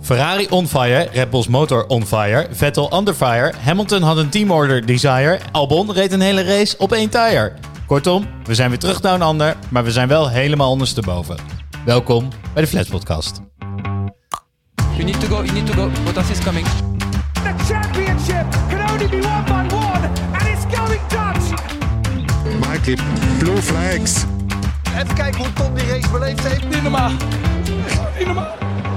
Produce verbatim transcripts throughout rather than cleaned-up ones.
Ferrari on fire, Red Bull's motor on fire, Vettel under fire, Hamilton had een teamorder desire, Albon reed een hele race op één tire. Kortom, we zijn weer terug naar een ander, maar we zijn wel helemaal ondersteboven. Welkom bij de Flats Podcast. You need to go, you need to go. Bottas is coming. The championship can only be won by one, and it's going Dutch. Mikey, blue flags. Even kijken hoe Tom die race beleefd heeft. Niet normaal. Niet normaal.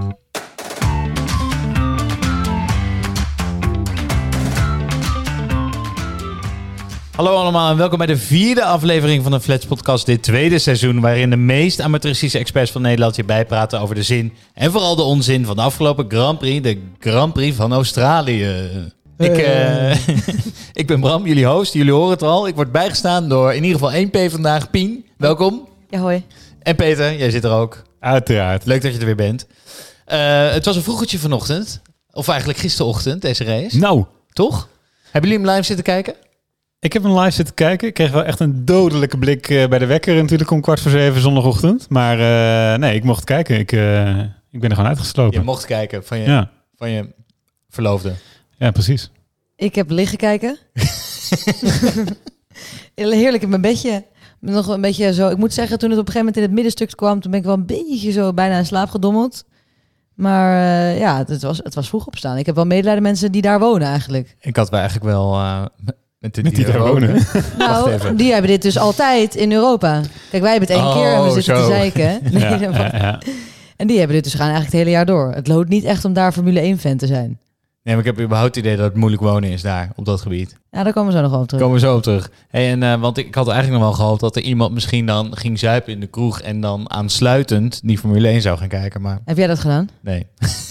Hallo allemaal en welkom bij de vierde aflevering van de Flats Podcast. Dit tweede seizoen waarin de meest amateuristische experts van Nederland je bijpraten over de zin en vooral de onzin van de afgelopen Grand Prix, de Grand Prix van Australië. Ik, uh, ik ben Bram, jullie host, jullie horen het al. Ik word bijgestaan door in ieder geval één P vandaag. Pien, welkom. Ja, hoi. En Peter, jij zit er ook. Uiteraard. Leuk dat je er weer bent. Uh, het was een vroegertje vanochtend, of eigenlijk gisterochtend, deze race. Nou. Toch? Hebben jullie hem live zitten kijken? Ik heb hem live zitten kijken. Ik kreeg wel echt een dodelijke blik uh, bij de wekker natuurlijk om kwart voor zeven zondagochtend. Maar uh, nee, ik mocht kijken. Ik, uh, ik ben er gewoon uitgeslopen. Je mocht kijken van je, ja. van je verloofde. Ja, precies. Ik heb liggen kijken. Heerlijk in mijn bedje. Nog een beetje zo. Ik moet zeggen, toen het op een gegeven moment in het middenstuk kwam, toen ben ik wel een beetje zo bijna in slaap gedommeld. Maar uh, ja, het was, het was vroeg opstaan. Ik heb wel medelijden mensen die daar wonen eigenlijk. Ik had wel eigenlijk wel... Uh, Met die, Met die daar wonen. wonen. Nou, die hebben dit dus altijd in Europa. Kijk, wij hebben het één oh, keer en we zitten zo. te zeiken. Nee, ja, ja, ja. En die hebben dit dus gaan eigenlijk het hele jaar door. Het loont niet echt om daar Formule één fan te zijn. Nee, maar ik heb überhaupt het idee dat het moeilijk wonen is daar, op dat gebied. Ja, daar komen we zo nog wel op terug. Komen we zo op terug. Hey, en, uh, want ik had eigenlijk nog wel gehoopt dat er iemand misschien dan ging zuipen in de kroeg en dan aansluitend die Formule één zou gaan kijken. Maar Heb jij dat gedaan? nee.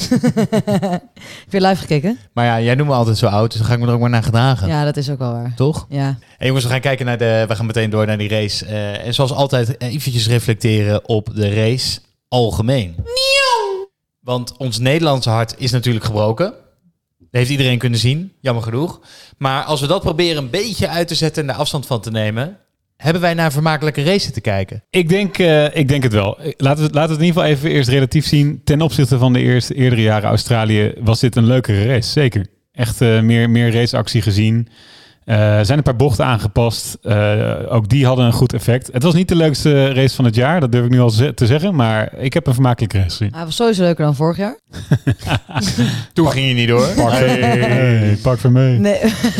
Heb je live gekeken? Maar ja, jij noemt me altijd zo oud, dus dan ga ik me er ook maar naar gedragen. Ja, dat is ook wel waar. Toch? Ja. Hey, jongens, we gaan kijken naar de... We gaan meteen door naar die race. Uh, en zoals altijd eventjes reflecteren op de race algemeen. Nieuw! Want ons Nederlandse hart is natuurlijk gebroken. Dat heeft iedereen kunnen zien, jammer genoeg. Maar als we dat proberen een beetje uit te zetten en daar afstand van te nemen, hebben wij naar een vermakelijke race te kijken? Ik denk, uh, ik denk het wel. Laten we, laten we het in ieder geval even eerst relatief zien. Ten opzichte van de eerste, eerdere jaren Australië was dit een leukere race, zeker. Echt uh, meer, meer raceactie gezien. Er uh, zijn een paar bochten aangepast. Uh, ook die hadden een goed effect. Het was niet de leukste race van het jaar, dat durf ik nu al ze- te zeggen. Maar ik heb een vermakelijke race gezien. Hij was sowieso leuker dan vorig jaar. Toen ging je niet door. Pak, hey, pak voor mee. Nee.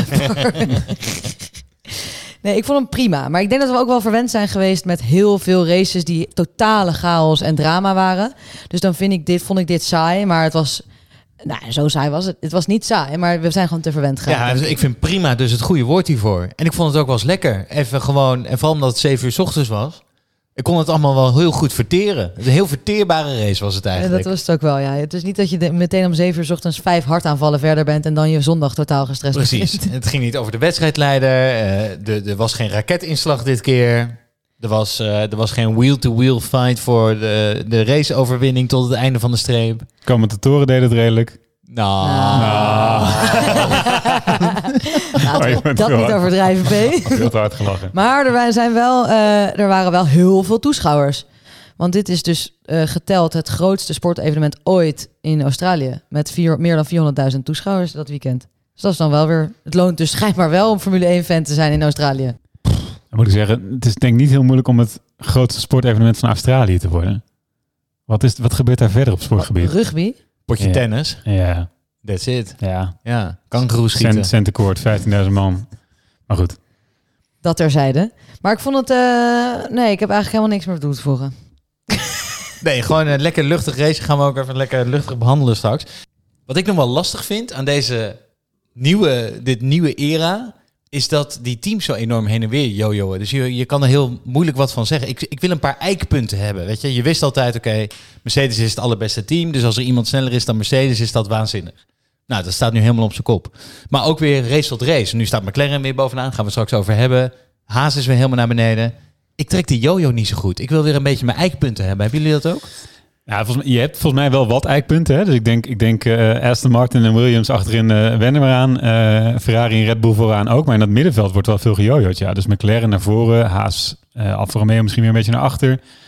Nee, ik vond hem prima. Maar ik denk dat we ook wel verwend zijn geweest met heel veel races die totale chaos en drama waren. Dus dan vind ik dit, vond ik dit saai. Maar het was... Nou, zo saai was het. Het was niet saai, maar we zijn gewoon te verwend gegaan. Ja, dus ik vind prima dus het goede woord hiervoor. En ik vond het ook wel eens lekker. Even gewoon, en vooral omdat het zeven uur 's ochtends was. Ik kon het allemaal wel heel goed verteren. Een heel verteerbare race was het Ja, eigenlijk. dat was het ook wel, ja. Het is niet dat je de, meteen om zeven uur 's ochtends vijf hartaanvallen verder bent en dan je zondag totaal gestrest bent. Precies. Het ging niet over de wedstrijdleider. Uh, er was geen raketinslag dit keer. Er was, uh, er was geen wheel-to-wheel fight voor de, de raceoverwinning tot het einde van de streep. Commentatoren deden het redelijk. Nou. Nou. Laten we Oh, je dat wel niet hard. overdrijven, P. Heel te hard gelachen. Maar er, wa- zijn wel, uh, er waren wel heel veel toeschouwers. Want dit is dus uh, geteld het grootste sportevenement ooit in Australië. Met vier, meer dan vierhonderdduizend toeschouwers dat weekend. Dus dat is dan wel weer... Het loont dus schijnbaar wel om Formule één fan te zijn in Australië. Dan moet ik zeggen, het is denk ik niet heel moeilijk om het grootste sportevenement van Australië te worden. Wat, is, wat gebeurt daar verder op sportgebied? Rugby? Potje Ja. tennis. Ja, That's it. ja. Ja. Kangoeroe schieten. Cent, centenkoord, vijftienduizend man. Maar goed. Dat terzijde. Maar ik vond het... Uh, nee, ik heb eigenlijk helemaal niks meer toe te voegen. Nee, gewoon een lekker luchtig race. Gaan we ook even lekker luchtig behandelen straks. Wat ik nog wel lastig vind aan deze nieuwe, dit nieuwe era, is dat die teams zo enorm heen en weer jojoen. Dus je, je kan er heel moeilijk wat van zeggen. Ik, ik wil een paar eikpunten hebben. Weet je, je wist altijd, oké, okay, Mercedes is het allerbeste team. Dus als er iemand sneller is dan Mercedes, is dat waanzinnig. Nou, dat staat nu helemaal op zijn kop. Maar ook weer race tot race. Nu staat McLaren weer bovenaan. Gaan we het straks over hebben. Haas is weer helemaal naar beneden. Ik trek die jojo niet zo goed. Ik wil weer een beetje mijn eikpunten hebben. Hebben jullie dat ook? Ja, volgens mij, je hebt volgens mij wel wat eikpunten. Hè? Dus ik denk, ik denk uh, Aston Martin en Williams achterin uh, wennen we aan. Uh, Ferrari en Red Bull vooraan ook. Maar in dat middenveld wordt wel veel gejojoed. Ja. Dus McLaren naar voren. Haas, uh, Alfa Romeo misschien weer een beetje naar achter.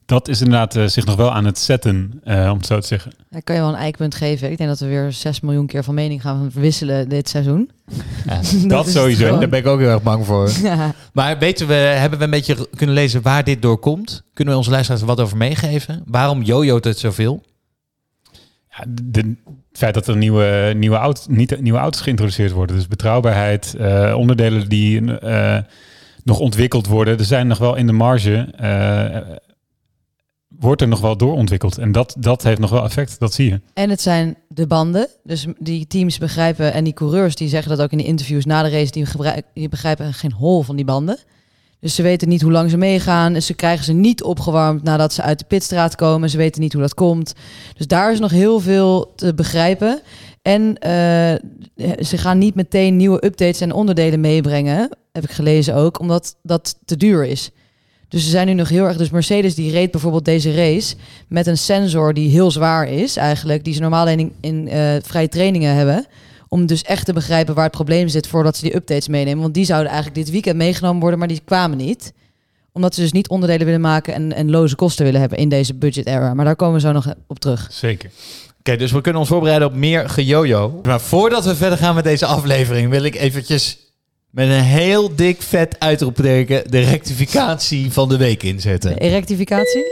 dat is inderdaad uh, zich nog wel aan het zetten, uh, om het zo te zeggen. Daar kan je wel een eikpunt geven. Ik denk dat we weer zes miljoen keer van mening gaan wisselen dit seizoen. Ja, dat dat sowieso. gewoon... Daar ben ik ook heel erg bang voor. Ja. Maar weten we, hebben we een beetje kunnen lezen waar dit door komt? Kunnen we onze luisteraars er wat over meegeven? Waarom jojo't het zoveel? Ja, de, het feit dat er nieuwe, nieuwe, auto, niet, nieuwe auto's geïntroduceerd worden. Dus betrouwbaarheid, uh, onderdelen die uh, nog ontwikkeld worden. Er zijn nog wel in de marge, uh, wordt er nog wel doorontwikkeld. En dat, dat heeft nog wel effect, dat zie je. En het zijn de banden. Dus die teams begrijpen, en die coureurs die zeggen dat ook in de interviews na de race, die, gebruik, die begrijpen geen hol van die banden. Dus ze weten niet hoe lang ze meegaan. En ze krijgen ze niet opgewarmd nadat ze uit de pitstraat komen. Ze weten niet hoe dat komt. Dus daar is nog heel veel te begrijpen. En uh, ze gaan niet meteen nieuwe updates en onderdelen meebrengen. Heb ik gelezen ook, omdat dat te duur is. Dus ze zijn nu nog heel erg... Dus Mercedes die reed bijvoorbeeld deze race met een sensor die heel zwaar is eigenlijk. Die ze normaal alleen in, in uh, vrije trainingen hebben. Om dus echt te begrijpen waar het probleem zit voordat ze die updates meenemen. Want die zouden eigenlijk dit weekend meegenomen worden, maar die kwamen niet. Omdat ze dus niet onderdelen willen maken en, en loze kosten willen hebben in deze budget era. Maar daar komen we zo nog op terug. Zeker. Oké, okay, dus we kunnen ons voorbereiden op meer gejojo. Maar voordat we verder gaan met deze aflevering, wil ik eventjes met een heel dik vet uitroepteken de rectificatie van de week inzetten. De rectificatie?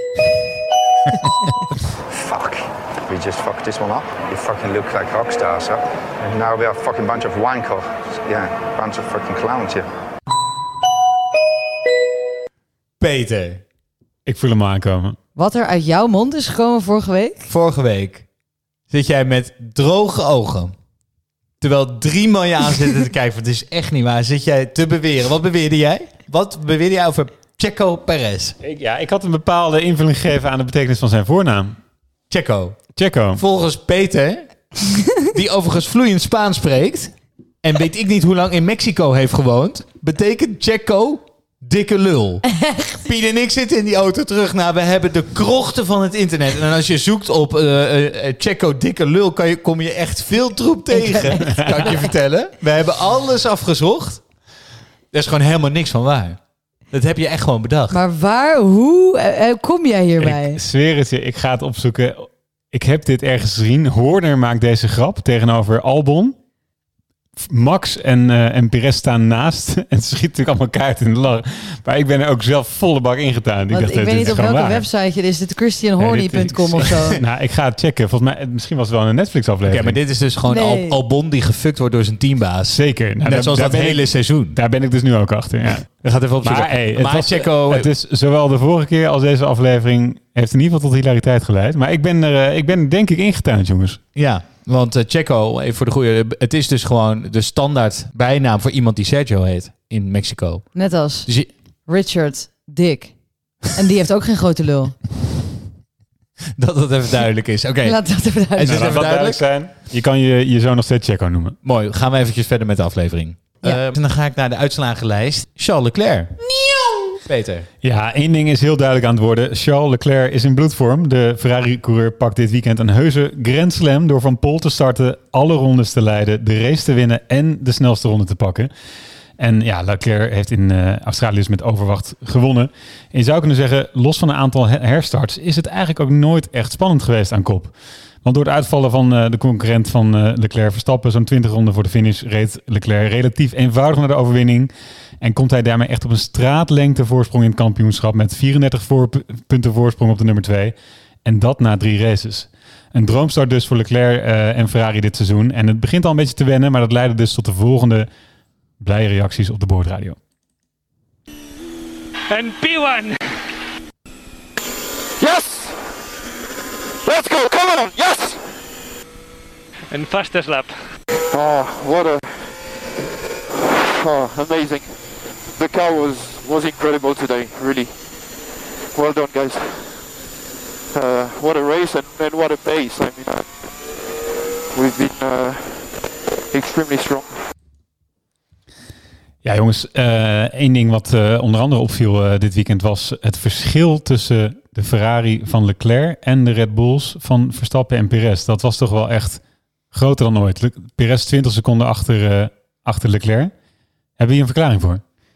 Fuck. We just fucked this one up. You fucking look like rock stars, huh? And now we are a fucking bunch of wanker. Yeah, bunch of fucking clowns, yeah. Peter. Ik voel hem aankomen. Wat er uit jouw mond is gekomen vorige week? Vorige week zit jij met droge ogen. Terwijl drie man je aan zitten te kijken. Het is echt niet waar. Zit jij te beweren. Wat beweerde jij? Wat beweerde jij over Checo Perez? Ik, ja, ik had een bepaalde invulling gegeven aan de betekenis van zijn voornaam. Checo. Checo. Volgens Peter, die overigens vloeiend Spaans spreekt en weet ik niet hoe lang in Mexico heeft gewoond, betekent Checo dikke lul. Echt? Piet en ik zitten in die auto terug naar, we hebben de krochten van het internet. En als je zoekt op uh, uh, Checo dikke lul, kan je, kom je echt veel troep tegen. Kan ik je vertellen. We hebben alles afgezocht. Er is gewoon helemaal niks van waar. Dat heb je echt gewoon bedacht. Maar waar, hoe uh, kom jij hierbij? Ik zweer het je, ik ga het opzoeken. Ik heb dit ergens gezien. Horner maakt deze grap tegenover Albon. Max en, uh, en Perez staan naast. En ze schieten natuurlijk allemaal kaart in de lach. Maar ik ben er ook zelf volle bak ingetaan. Ik, dacht, dacht, ik weet niet op welke waar. website je is. Dit christian horny punt com nee, of zo. Nou, ik ga het checken. Volgens mij, misschien was het wel een Netflix aflevering. Ja, maar dit is dus gewoon Nee. Al- Albon die gefukt wordt door zijn teambaas. Zeker. Nou, Net daar- zoals daar dat ben hele ik, seizoen. Daar ben ik dus nu ook achter. Ja. We gaan het even opzoeken. Maar, hey, het, maar was, Checo... het is zowel de vorige keer als deze aflevering heeft in ieder geval tot hilariteit geleid. Maar ik ben er, uh, ik ben er denk ik ingetuind, jongens. Ja, want uh, Checo, even voor de goede... Het is dus gewoon de standaard bijnaam voor iemand die Sergio heet in Mexico. Net als Dus je, Richard Dick. En die heeft ook geen grote lul. dat dat even duidelijk is. Oké, Laat dat even Is duidelijk het Nou, even laat duidelijk? zijn. Je kan je, je zo nog steeds Checo noemen. mooi. Gaan we eventjes verder met de aflevering. Ja. Uh, en dan ga ik naar de uitslagenlijst. Charles Leclerc. Peter. Ja, één ding is heel duidelijk aan het worden. Charles Leclerc is in bloedvorm. De Ferrari-coureur pakt dit weekend een heuse Grand Slam door van pole te starten, alle rondes te leiden, de race te winnen en de snelste ronde te pakken. En ja, Leclerc heeft in uh, Australië dus met overwacht gewonnen. En je zou kunnen zeggen, los van een aantal her- herstarts is het eigenlijk ook nooit echt spannend geweest aan kop. Want door het uitvallen van uh, de concurrent van uh, Leclerc Verstappen, zo'n twintig ronden voor de finish, reed Leclerc relatief eenvoudig naar de overwinning. En komt hij daarmee echt op een straatlengte voorsprong in het kampioenschap met vierendertig voor, punten voorsprong op de nummer twee. En dat na drie races. Een droomstart dus voor Leclerc uh, en Ferrari dit seizoen. En het begint al een beetje te wennen, maar dat leidde dus tot de volgende blije reacties op de boordradio. And P one. Yes! Let's go, come on, yes! And fastest lap. Oh, what a... Oh, amazing. The car was, was incredible today, really. Well done, guys. Uh, what a race and, and what a pace. I mean, uh, we've been uh, extremely strong. Ja jongens, uh, één ding wat uh, onder andere opviel uh, dit weekend was het verschil tussen de Ferrari van Leclerc en de Red Bulls van Verstappen en Perez. Dat was toch wel echt groter dan ooit. Le- Perez twintig seconden achter, uh, achter Leclerc. Hebben we hier een verklaring voor?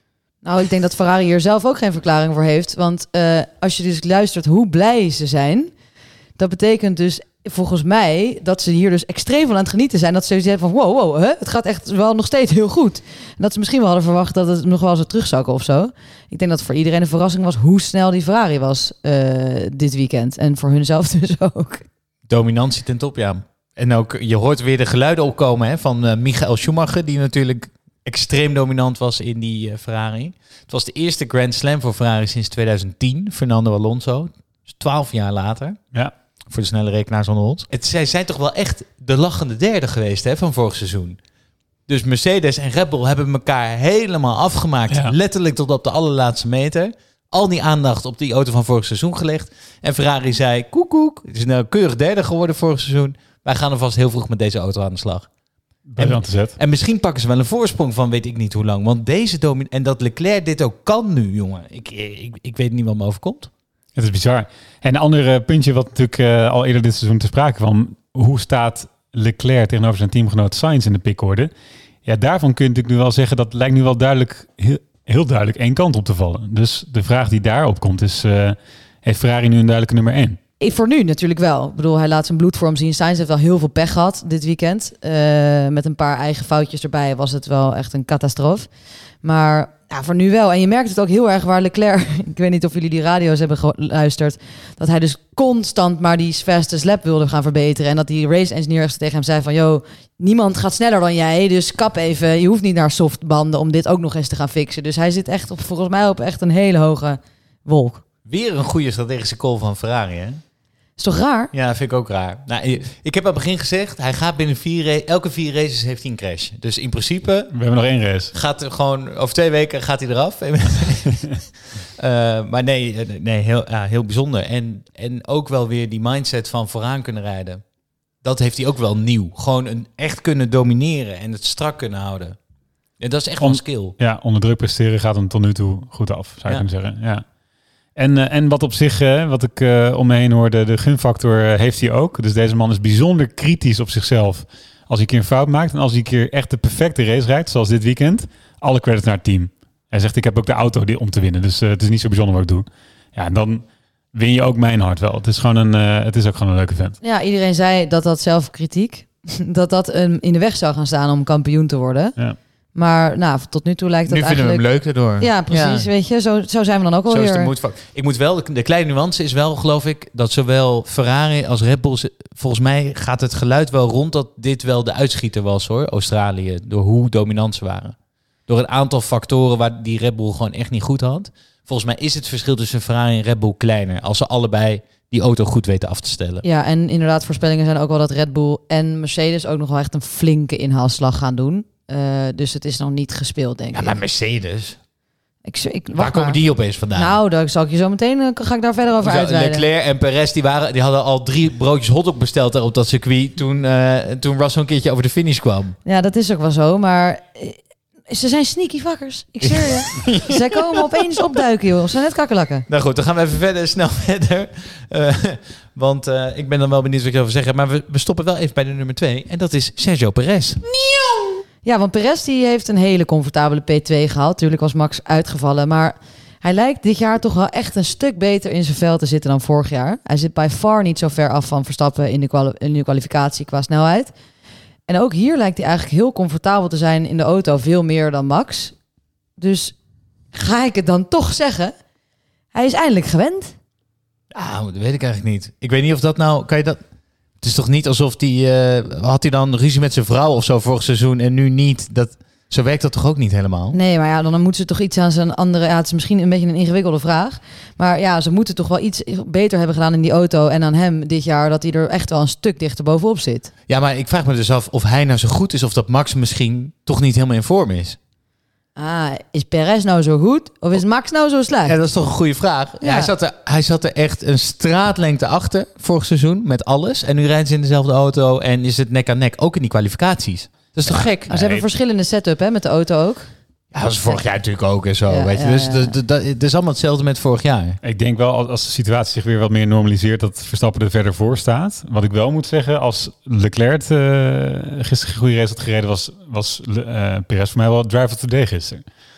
Nou, ik denk dat Ferrari hier zelf ook geen verklaring voor heeft. Want uh, als je dus luistert hoe blij ze zijn, dat betekent dus volgens mij dat ze hier dus extreem van aan het genieten zijn. Dat ze zoiets hebben van wow, wow, hè? Het gaat echt wel nog steeds heel goed. En dat ze misschien wel hadden verwacht dat het nog wel zou terugzakken of zo. Ik denk dat voor iedereen een verrassing was hoe snel die Ferrari was uh, dit weekend. En voor hunzelf dus ook. Dominantie ten top, ja. En ook, je hoort weer de geluiden opkomen hè, van uh, Michael Schumacher, die natuurlijk extreem dominant was in die uh, Ferrari. Het was de eerste Grand Slam voor Ferrari sinds tweeduizend tien. Fernando Alonso, dus twaalf jaar later. Ja. Voor de snelle rekenaars onder ons. Het, zij zijn toch wel echt de lachende derde geweest hè, van vorig seizoen. Dus Mercedes en Red Bull hebben elkaar helemaal afgemaakt. Ja. Letterlijk tot op de allerlaatste meter. Al die aandacht op die auto van vorig seizoen gelegd. En Ferrari zei, koek koek. Het is nou keurig derde geworden vorig seizoen. Wij gaan alvast heel vroeg met deze auto aan de slag. En, en misschien pakken ze wel een voorsprong van weet ik niet hoe lang. Want deze domin... En dat Leclerc dit ook kan nu, jongen. Ik, ik, ik weet niet wat me overkomt. Het is bizar. En een ander puntje wat natuurlijk uh, al eerder dit seizoen te sprake kwam. Hoe staat Leclerc tegenover zijn teamgenoot Sainz in de pickorde? Ja, daarvan kun je natuurlijk nu wel zeggen dat lijkt nu wel duidelijk, heel, heel duidelijk één kant op te vallen. Dus de vraag die daarop komt is, uh, heeft Ferrari nu een duidelijke nummer één? Voor nu natuurlijk wel. Ik bedoel, hij laat zijn bloedvorm zien. Sainz heeft wel heel veel pech gehad dit weekend. Uh, met een paar eigen foutjes erbij was het wel echt een catastrofe. Maar ja, voor nu wel. En je merkt het ook heel erg waar Leclerc... Ik weet niet of jullie die radio's hebben geluisterd. Dat hij dus constant maar die fastest lap wilde gaan verbeteren. En dat die race engineer echt tegen hem zei van... Yo, niemand gaat sneller dan jij, dus kap even. Je hoeft niet naar softbanden om dit ook nog eens te gaan fixen. Dus hij zit echt op, volgens mij op echt een hele hoge wolk. Weer een goede strategische call van Ferrari, hè? Is toch raar? Ja, vind ik ook raar. Nou, ik heb aan het begin gezegd, hij gaat binnen vier races, elke vier races heeft hij een crash. Dus in principe... We hebben nog één race. Gaat er gewoon, over twee weken gaat hij eraf. uh, maar nee, nee heel, uh, heel bijzonder. En, en ook wel weer die mindset van vooraan kunnen rijden. Dat heeft hij ook wel nieuw. Gewoon een, echt kunnen domineren en het strak kunnen houden. En dat is echt wel een skill. Ja, onder druk presteren gaat hem tot nu toe goed af, zou je ja. kunnen zeggen. Ja. En, uh, en wat op zich, uh, wat ik uh, om me heen hoorde, de gunfactor uh, heeft hij ook. Dus deze man is bijzonder kritisch op zichzelf als hij een keer een fout maakt. En als hij een keer echt de perfecte race rijdt, zoals dit weekend, alle credits naar het team. Hij zegt, ik heb ook de auto die, om te winnen. Dus uh, het is niet zo bijzonder wat ik doe. Ja, en dan win je ook mijn hart wel. Het is, gewoon een, uh, het is ook gewoon een leuke vent. Ja, iedereen zei dat dat zelfkritiek, dat dat um, in de weg zou gaan staan om kampioen te worden. Ja. Maar nou, tot nu toe lijkt dat nu eigenlijk... Nu vinden we hem leuk daardoor. Ja, precies. Ja. Weet je, zo, zo zijn we dan ook alweer. Zo is de moed van... Ik moet wel, de, de kleine nuance is wel, geloof ik, dat zowel Ferrari als Red Bull... Volgens mij gaat het geluid wel rond dat dit wel de uitschieter was, hoor. Australië, door hoe dominant ze waren. Door een aantal factoren waar die Red Bull gewoon echt niet goed had. Volgens mij is het verschil tussen Ferrari en Red Bull kleiner. Als ze allebei die auto goed weten af te stellen. Ja, en inderdaad, voorspellingen zijn ook wel dat Red Bull en Mercedes ook nog wel echt een flinke inhaalslag gaan doen. Uh, dus het is nog niet gespeeld, denk ja, ik. Maar Mercedes... Ik, ik, Waar komen maar. die opeens vandaan? Nou, daar zal ik je zo meteen... Uh, ga ik daar verder over uitweiden. Leclerc en Perez, die, waren, die hadden al drie broodjes hotdog besteld op dat circuit... toen, uh, toen Russell een keertje over de finish kwam. Ja, dat is ook wel zo, maar... Uh, ze zijn sneaky fuckers. Ik zeg je. Zij komen opeens opduiken, joh. Ze zijn net kakkerlakken. Nou goed, dan gaan we even verder, snel verder. Uh, want uh, ik ben dan wel benieuwd wat je over zeggen. Maar we, we stoppen wel even bij de nummer twee. En dat is Sergio Perez. Ja, want Perez die heeft een hele comfortabele P twee gehaald. Tuurlijk was Max uitgevallen, maar hij lijkt dit jaar toch wel echt een stuk beter in zijn vel te zitten dan vorig jaar. Hij zit by far niet zo ver af van Verstappen in de, kwali- in de kwalificatie qua snelheid. En ook hier lijkt hij eigenlijk heel comfortabel te zijn in de auto, veel meer dan Max. Dus ga ik het dan toch zeggen? Hij is eindelijk gewend. Ah, dat weet ik eigenlijk niet. Ik weet niet of dat nou... Kan je dat... Het is toch niet alsof die... Uh, had hij dan ruzie met zijn vrouw of zo vorig seizoen en nu niet? Dat, zo werkt dat toch ook niet helemaal? Nee, maar ja, dan moeten ze toch iets aan zijn andere... Ja, het is misschien een beetje een ingewikkelde vraag. Maar ja, ze moeten toch wel iets beter hebben gedaan in die auto en aan hem dit jaar, dat hij er echt wel een stuk dichter bovenop zit. Ja, maar ik vraag me dus af of hij nou zo goed is of dat Max misschien toch niet helemaal in vorm is. Ah, is Perez nou zo goed of is Max nou zo slecht? Ja, dat is toch een goede vraag. Ja. Ja, hij, zat er, hij zat er echt een straatlengte achter vorig seizoen met alles. En nu rijden ze in dezelfde auto en is het nek aan nek. Ook in die kwalificaties. Dat is toch ja, gek? Maar ze hebben een verschillende setup hè, met de auto ook. Ja, dat was vorig jaar natuurlijk ook en zo. Ja, weet je. ja, Dus ja. dat, dat, dat is allemaal hetzelfde met vorig jaar. Ik denk wel, als de situatie zich weer wat meer normaliseert, dat Verstappen er verder voor staat. Wat ik wel moet zeggen, als Leclerc uh, gisteren een goede race had gereden, was, was uh, Perez voor mij wel driver of the day gisteren.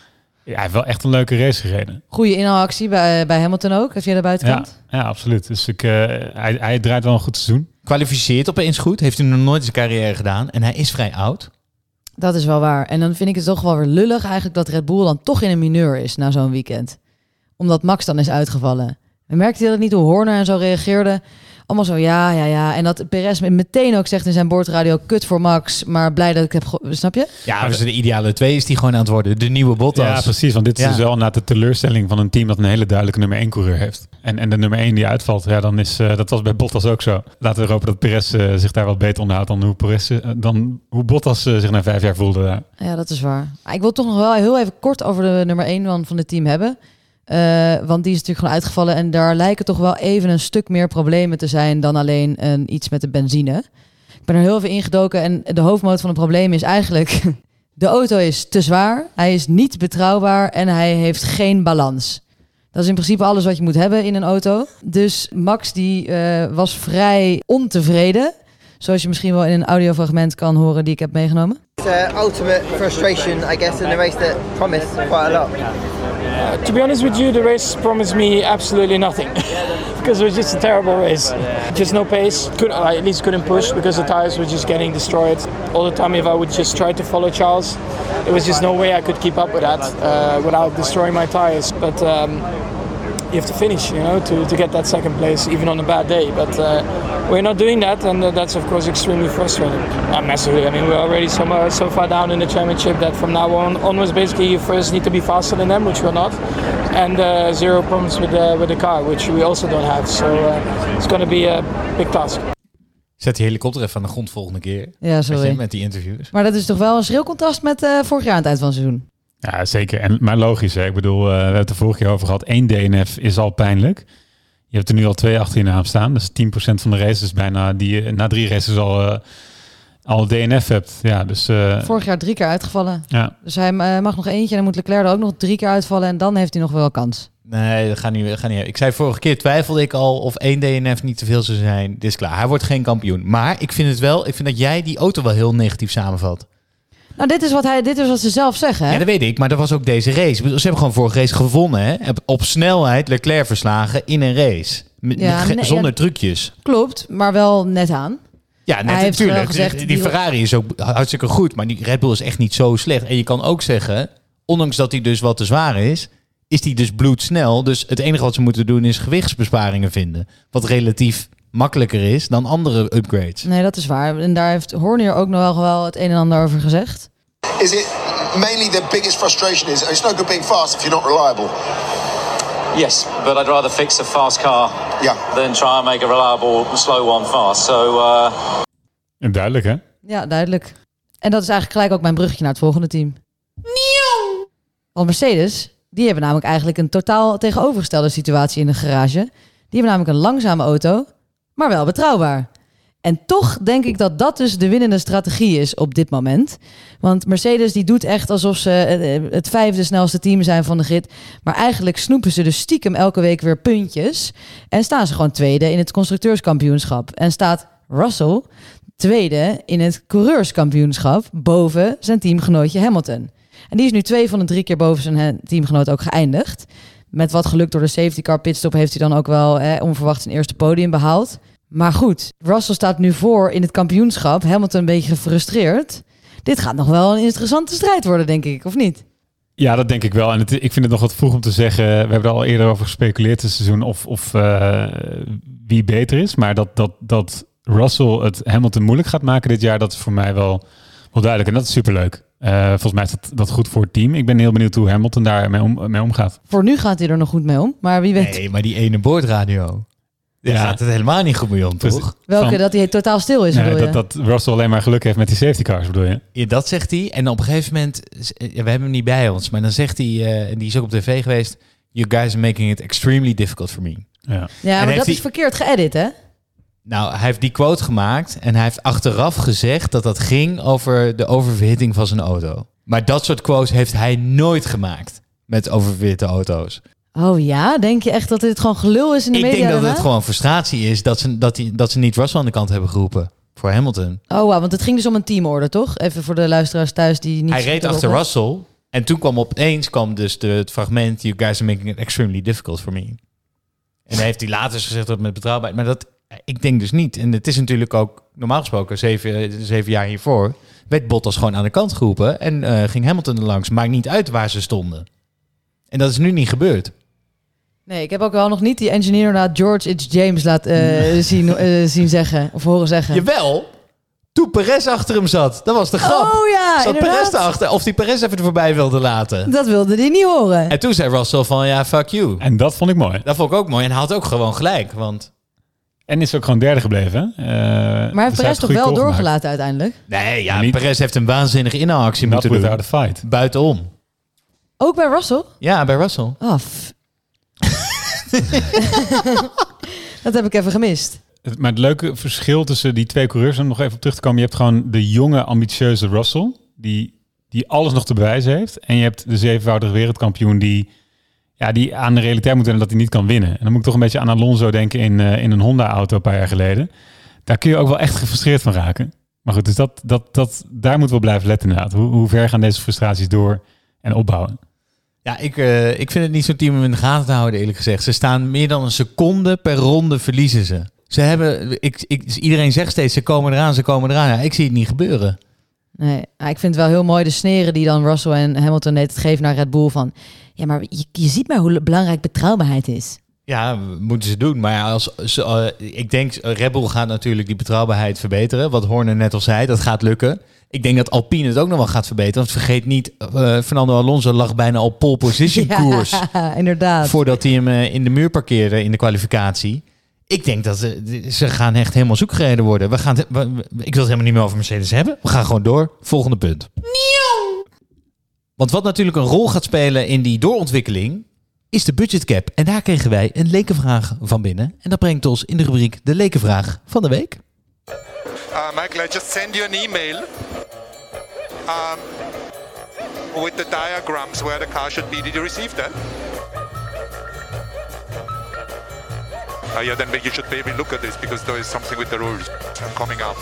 Ja, hij heeft wel echt een leuke race gereden. Goede inhaalactie bij, bij Hamilton ook, als je de buitenkant. Ja, ja, absoluut. Dus ik, uh, hij, hij draait wel een goed seizoen. Kwalificeert opeens goed. Heeft hij nog nooit in zijn carrière gedaan. En hij is vrij oud. Dat is wel waar. En dan vind ik het toch wel weer lullig eigenlijk dat Red Bull dan toch in een mineur is na zo'n weekend. Omdat Max dan is uitgevallen. En merkte je dat niet hoe Horner en zo reageerde? Allemaal zo, ja, ja, ja. En dat Perez meteen ook zegt in zijn boordradio, kut voor Max, maar blij dat ik heb... Ge- Snap je? Ja, maar de ideale twee is die gewoon aan het worden. De nieuwe Bottas. Ja, precies. Want dit is Ja. dus wel inderdaad de teleurstelling van een team dat een hele duidelijke nummer één coureur heeft. En, en de nummer één die uitvalt, ja, dan is, uh, dat was bij Bottas ook zo. Laten we hopen dat Perez uh, zich daar wat beter onderhoudt dan hoe, Perez, uh, dan hoe Bottas uh, zich na vijf jaar voelde. Ja. Ja, dat is waar. Maar ik wil toch nog wel heel even kort over de nummer één van, van het team hebben. Uh, want die is natuurlijk gewoon uitgevallen. En daar lijken toch wel even een stuk meer problemen te zijn dan alleen een, iets met de benzine. Ik ben er heel even ingedoken. En de hoofdmoot van het probleem is eigenlijk... de auto is te zwaar. Hij is niet betrouwbaar. En hij heeft geen balans. Dat is in principe alles wat je moet hebben in een auto. Dus Max die uh, was vrij ontevreden. Zoals je misschien wel in een audiofragment kan horen die ik heb meegenomen. It's uh, ultimate frustration, I guess, in a race that promised quite a lot. Uh, to be honest with you, the race promised me absolutely nothing because it was just a terrible race. Just no pace. Could, I at least couldn't push because the tires were just getting destroyed. All the time, if I would just try to follow Charles, there was just no way I could keep up with that uh, without destroying my tires. But um, you have to finish, you know, to, to get that second place, even on a bad day. But uh, we're not doing that, and uh, that's of course extremely frustrating. Uh, massively. I mean, we're already so, uh, so far down in the championship that from now on onwards, basically, you first need to be faster than them, which we're not, and uh, zero problems with the with the car, which we also don't have. So uh, it's going to be a big task. Zet die helikopter even aan de grond volgende keer. Ja, sorry. Met die interviews. Maar dat is toch wel een schril contrast met uh, vorig jaar aan het eind van het seizoen. Ja, zeker. En, maar logisch, hè? Ik bedoel, uh, we hebben het er vorige keer over gehad. Eén D N F is al pijnlijk. Je hebt er nu al twee achter je naam staan. Dus tien procent van de races bijna die je na drie races al, uh, al D N F hebt. Ja, dus, uh, vorig jaar drie keer uitgevallen. Ja. Dus hij uh, mag nog eentje en dan moet Leclerc er ook nog drie keer uitvallen. En dan heeft hij nog wel kans. Nee, dat gaat niet, dat gaat niet. Ik zei vorige keer, twijfelde ik al of één D N F niet te veel zou zijn. Dit is klaar. Hij wordt geen kampioen. Maar ik vind het wel, ik vind dat jij die auto wel heel negatief samenvat. Nou, dit is wat, hij, dit is wat ze zelf zeggen, hè? Ja, dat weet ik. Maar dat was ook deze race. Ze hebben gewoon vorige race gewonnen, hè? Op snelheid Leclerc verslagen in een race. Met, Ja, met, nee, zonder ja, trucjes. klopt, maar wel net aan. Ja, net Hij heeft wel natuurlijk. gezegd, die, die- Ferrari is ook hartstikke goed. Maar die Red Bull is echt niet zo slecht. En je kan ook zeggen, ondanks dat hij dus wat te zwaar is, is hij dus bloedsnel. Dus het enige wat ze moeten doen is gewichtsbesparingen vinden. Wat relatief makkelijker is dan andere upgrades. Nee, dat is waar. En daar heeft Horner ook nog wel, wel het een en ander over gezegd. Is it mainly the biggest frustration is it's no good being fast if you're not reliable? Yes, but I'd rather fix a fast car yeah. than try and make a reliable slow one fast. So, uh... duidelijk, hè? Ja, duidelijk. En dat is eigenlijk gelijk ook mijn bruggetje naar het volgende team. Nieuw! Want Mercedes, die hebben namelijk eigenlijk een totaal tegenovergestelde situatie in de garage. Die hebben namelijk een langzame auto, maar wel betrouwbaar. En toch denk ik dat dat dus de winnende strategie is op dit moment. Want Mercedes die doet echt alsof ze het vijfde snelste team zijn van de grid. Maar eigenlijk snoepen ze dus stiekem elke week weer puntjes. En staan ze gewoon tweede in het constructeurskampioenschap. En staat Russell tweede in het coureurskampioenschap boven zijn teamgenootje Hamilton. En die is nu twee van de drie keer boven zijn teamgenoot ook geëindigd. Met wat geluk door de safety car pitstop heeft hij dan ook wel eh, onverwacht zijn eerste podium behaald. Maar goed, Russell staat nu voor in het kampioenschap. Hamilton een beetje gefrustreerd. Dit gaat nog wel een interessante strijd worden, denk ik, of niet? Ja, dat denk ik wel. En het, ik vind het nog wat vroeg om te zeggen. We hebben er al eerder over gespeculeerd dit seizoen of, of uh, wie beter is. Maar dat, dat, dat Russell het Hamilton moeilijk gaat maken dit jaar, dat is voor mij wel, wel duidelijk. En dat is superleuk. Uh, volgens mij is dat, dat goed voor het team. Ik ben heel benieuwd hoe Hamilton daar mee, om, mee omgaat. Voor nu gaat hij er nog goed mee om, maar wie weet. Nee, maar die ene boordradio. Daar ja. gaat het helemaal niet goed mee om, toch? Dus, Welke? Van, dat hij totaal stil is, nee, bedoel je? Dat, dat Russell alleen maar geluk heeft met die safety cars, bedoel je? Ja, dat zegt hij. En op een gegeven moment, ja, we hebben hem niet bij ons, maar dan zegt hij, uh, en die is ook op tv geweest, you guys are making it extremely difficult for me. Ja, ja maar dat is die, verkeerd geëdit, hè? Nou, hij heeft die quote gemaakt en hij heeft achteraf gezegd dat dat ging over de oververhitting van zijn auto. Maar dat soort quotes heeft hij nooit gemaakt met oververhitte auto's. Oh ja? Denk je echt dat dit gewoon gelul is in de ik media? Ik denk dat daarna? het gewoon frustratie is dat ze, dat, die, dat ze niet Russell aan de kant hebben geroepen voor Hamilton. Oh wow, want het ging dus om een teamorder, toch? Even voor de luisteraars thuis die niet... Hij reed achter Russell En toen kwam opeens kwam dus de, het fragment... You guys are making it extremely difficult for me. En hij heeft hij later gezegd dat met betrouwbaarheid... Maar dat, ik denk dus niet. En het is natuurlijk ook normaal gesproken... zeven, zeven jaar hiervoor... werd Bottas gewoon aan de kant geroepen... en uh, ging Hamilton er langs. Maakt niet uit waar ze stonden. En dat is nu niet gebeurd. Nee, ik heb ook wel nog niet die engineer naar George It's James laat uh, zien, uh, zien zeggen... of horen zeggen. Jawel! Toen Perez achter hem zat. Dat was de grap. Oh ja, zat inderdaad. Perez erachter. Of die Perez even er voorbij wilde laten. Dat wilde hij niet horen. En toen zei Russell van, ja, fuck you. En dat vond ik mooi. Dat vond ik ook mooi. En hij had ook gewoon gelijk, want... En is ook gewoon derde gebleven. Uh, maar heeft Perez toch wel doorgelaten uiteindelijk? Nee, ja, niet... Perez heeft een waanzinnige inhaalactie moeten doen. Without a fight. Buitenom. Ook bij Russell? Ja, bij Russell. Oh, f- dat heb ik even gemist. Maar het leuke verschil tussen die twee coureurs, om nog even op terug te komen, je hebt gewoon de jonge, ambitieuze Russell, die, die alles nog te bewijzen heeft. En je hebt de zevenvoudige wereldkampioen die, ja, die aan de realiteit moet wennen dat hij niet kan winnen. En dan moet ik toch een beetje aan Alonso denken in, uh, in een Honda-auto een paar jaar geleden. Daar kun je ook wel echt gefrustreerd van raken. Maar goed, dus dat, dat, dat, daar moeten we op blijven letten inderdaad. Hoe, hoe ver gaan deze frustraties door en opbouwen? Ja, ik, uh, ik vind het niet zo'n team om in de gaten te houden, eerlijk gezegd. Ze staan meer dan een seconde per ronde verliezen ze. Ze hebben, ik, ik, iedereen zegt steeds, ze komen eraan, ze komen eraan. Ja, ik zie het niet gebeuren. Nee, ik vind het wel heel mooi de sneren die dan Russell en Hamilton net het geven naar Red Bull van... Ja, maar je, je ziet maar hoe belangrijk betrouwbaarheid is. Ja, moeten ze doen. Maar ja, als, uh, ik denk, Red Bull gaat natuurlijk die betrouwbaarheid verbeteren. Wat Horner net al zei, dat gaat lukken. Ik denk dat Alpine het ook nog wel gaat verbeteren. Want vergeet niet, uh, Fernando Alonso lag bijna op pole position koers. Ja, inderdaad. Voordat hij hem uh, in de muur parkeerde in de kwalificatie. Ik denk dat ze, ze gaan echt helemaal zoekgereden worden. We gaan, we, we, ik wil het helemaal niet meer over Mercedes hebben. We gaan gewoon door. Volgende punt. Nieuw. Want wat natuurlijk een rol gaat spelen in die doorontwikkeling is de budgetcap. En daar kregen wij een lekenvraag van binnen. En dat brengt ons in de rubriek de lekenvraag van de week. Uh, Michael, I just send you an email um, with the diagrams where the car should be. Did you receive that? Uh, yeah, then you should maybe look at this because there is something with the rules coming up.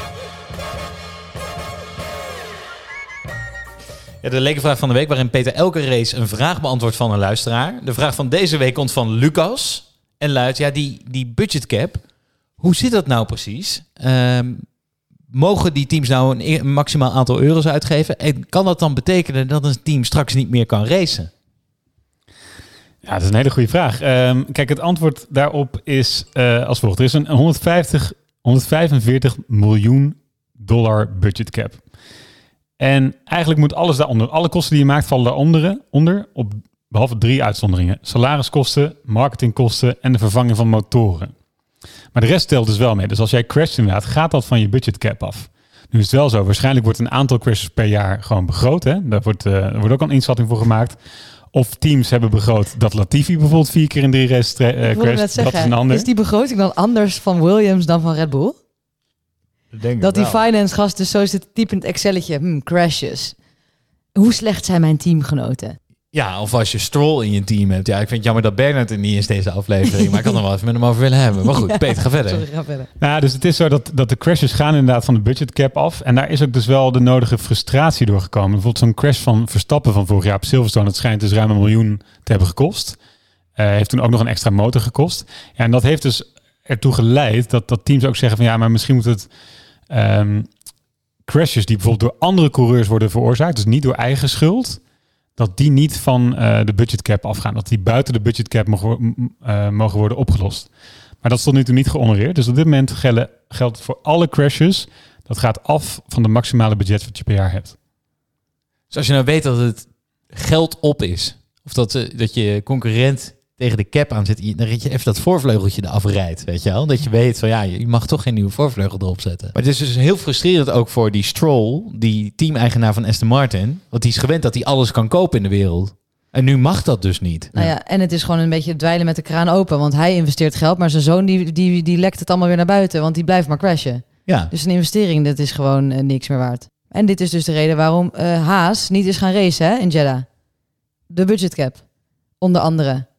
Ja, de lekenvraag van de week waarin Peter elke race een vraag beantwoordt van een luisteraar. De vraag van deze week komt van Lucas en luidt, ja, die, die budgetcap, hoe zit dat nou precies? Um, mogen die teams nou een, een maximaal aantal euro's uitgeven? En kan dat dan betekenen dat een team straks niet meer kan racen? Ja, dat is een hele goede vraag. Um, kijk, het antwoord daarop is uh, als volgt. Er is een honderdvijftig, honderdvijfenveertig miljoen dollar budgetcap. En eigenlijk moet alles daaronder, alle kosten die je maakt vallen daaronder, onder, op, behalve drie uitzonderingen. Salariskosten, marketingkosten en de vervanging van motoren. Maar de rest telt dus wel mee. Dus als jij crasht inderdaad, gaat dat van je budgetcap af. Nu is het wel zo, waarschijnlijk wordt een aantal crashes per jaar gewoon begroot. Hè? Daar wordt, uh, er wordt ook al een inschatting voor gemaakt. Of teams hebben begroot dat Latifi bijvoorbeeld vier keer in drie races uh, crasht. Dat is een ander. Is die begroting dan anders van Williams dan van Red Bull? Denk dat die wel. finance gast dus zo zit typ in het Excelletje. Hmm, crashes. Hoe slecht zijn mijn teamgenoten? Ja, of als je Stroll in je team hebt. Ja, ik vind het jammer dat Bernard er niet is deze aflevering. Maar ik had nog wel even met hem over willen hebben. Maar goed, ja, Peter, ga verder. Sorry, ga verder. Nou, dus het is zo dat, dat de crashes gaan inderdaad van de budgetcap af. En daar is ook dus wel de nodige frustratie door gekomen. Bijvoorbeeld zo'n crash van Verstappen van vorig jaar op Silverstone. Dat schijnt dus ruim een miljoen te hebben gekost. Uh, heeft toen ook nog een extra motor gekost. Ja, en dat heeft dus ertoe geleid dat, dat teams ook zeggen van ja, maar misschien moet het um, crashes die bijvoorbeeld door andere coureurs worden veroorzaakt. Dus niet door eigen schuld. Dat die niet van uh, de budgetcap afgaan. Dat die buiten de budgetcap mogen, uh, mogen worden opgelost. Maar dat is tot nu toe niet gehonoreerd. Dus op dit moment geldt, geldt het voor alle crashes. Dat gaat af van de maximale budget wat je per jaar hebt. Dus als je nou weet dat het geld op is. Of dat, uh, dat je concurrent tegen de cap aan zit. Dan red je even dat voorvleugeltje eraf rijdt. Weet je wel? Dat je weet van ja, je mag toch geen nieuwe voorvleugel erop zetten. Maar het is dus heel frustrerend ook voor die Stroll. Die team-eigenaar van Aston Martin. Want die is gewend dat hij alles kan kopen in de wereld. En nu mag dat dus niet. Nou ja, en het is gewoon een beetje dweilen met de kraan open. Want hij investeert geld, maar zijn zoon die, die, die lekt het allemaal weer naar buiten. Want die blijft maar crashen. Ja. Dus een investering, dat is gewoon uh, niks meer waard. En dit is dus de reden waarom uh, Haas niet is gaan racen hè, in Jeddah. De budgetcap, onder andere.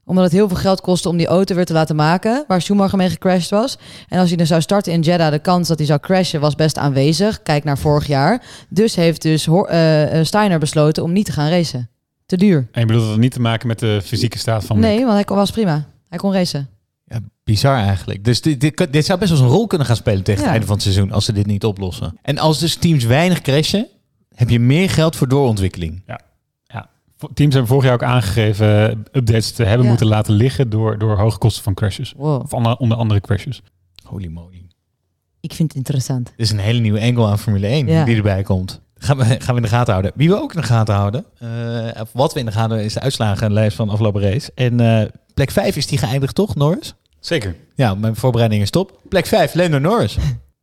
Omdat het heel veel geld kostte om die auto weer te laten maken, waar Schumacher mee gecrashed was. En als hij dan zou starten in Jeddah, de kans dat hij zou crashen was best aanwezig. Kijk naar vorig jaar. Dus heeft dus uh, Steiner besloten om niet te gaan racen. Te duur. En je bedoelt dat het niet te maken met de fysieke staat van... Nee, want hij kon, was prima. Hij kon racen. Ja, bizar eigenlijk. Dus dit, dit, dit zou best wel eens een rol kunnen gaan spelen tegen Ja. het einde van het seizoen, als ze dit niet oplossen. En als dus teams weinig crashen, heb je meer geld voor doorontwikkeling. Ja. ja. Teams hebben vorig jaar ook aangegeven updates te hebben Ja. moeten laten liggen door, door hoge kosten van crashes. Wow. Of onder, onder andere crashes. Holy moly. Ik vind het interessant. Dit is een hele nieuwe angle aan Formule één Ja. die erbij komt. Gaan we, gaan we in de gaten houden. Wie we ook in de gaten houden, uh, of wat we in de gaten houden, is de uitslagenlijst van de afgelopen race. En uh, plek vijf is die geëindigd, toch, Norris? Zeker. Ja, mijn voorbereiding is top. Plek vijf, Lando Norris.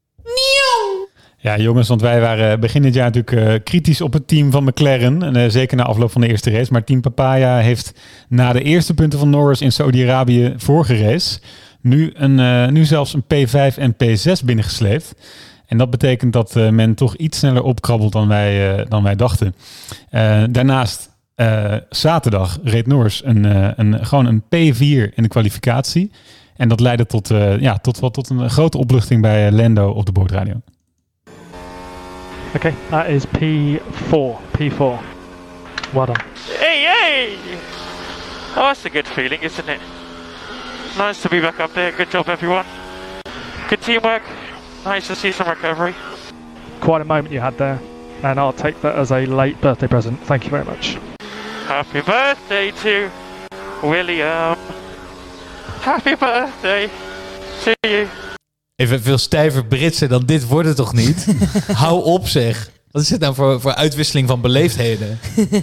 Ja, jongens, want wij waren begin dit jaar natuurlijk uh, kritisch op het team van McLaren. En, uh, zeker na afloop van de eerste race. Maar Team Papaya heeft na de eerste punten van Norris in Saudi-Arabië vorige race nu, een, uh, nu zelfs een P vijf en P zes binnengesleept. En dat betekent dat uh, men toch iets sneller opkrabbelt dan wij, uh, dan wij dachten. Uh, daarnaast, uh, zaterdag reed Norris een, uh, een, gewoon een P vier in de kwalificatie. En dat leidde tot, uh, ja, tot, wat, tot een grote opluchting bij uh, Lando op de boordradio. Okay, that is P four. P four. Well done. Hey, hey! Oh, that's a good feeling, isn't it? Nice to be back up there. Good job, everyone. Good teamwork. Nice to see some recovery. Quite a moment you had there, and I'll take that as a late birthday present. Thank you very much. Happy birthday to William. Happy birthday to you. Even veel stijver Britsen dan dit wordt het toch niet? Hou op zeg. Wat is dit nou voor, voor uitwisseling van beleefdheden?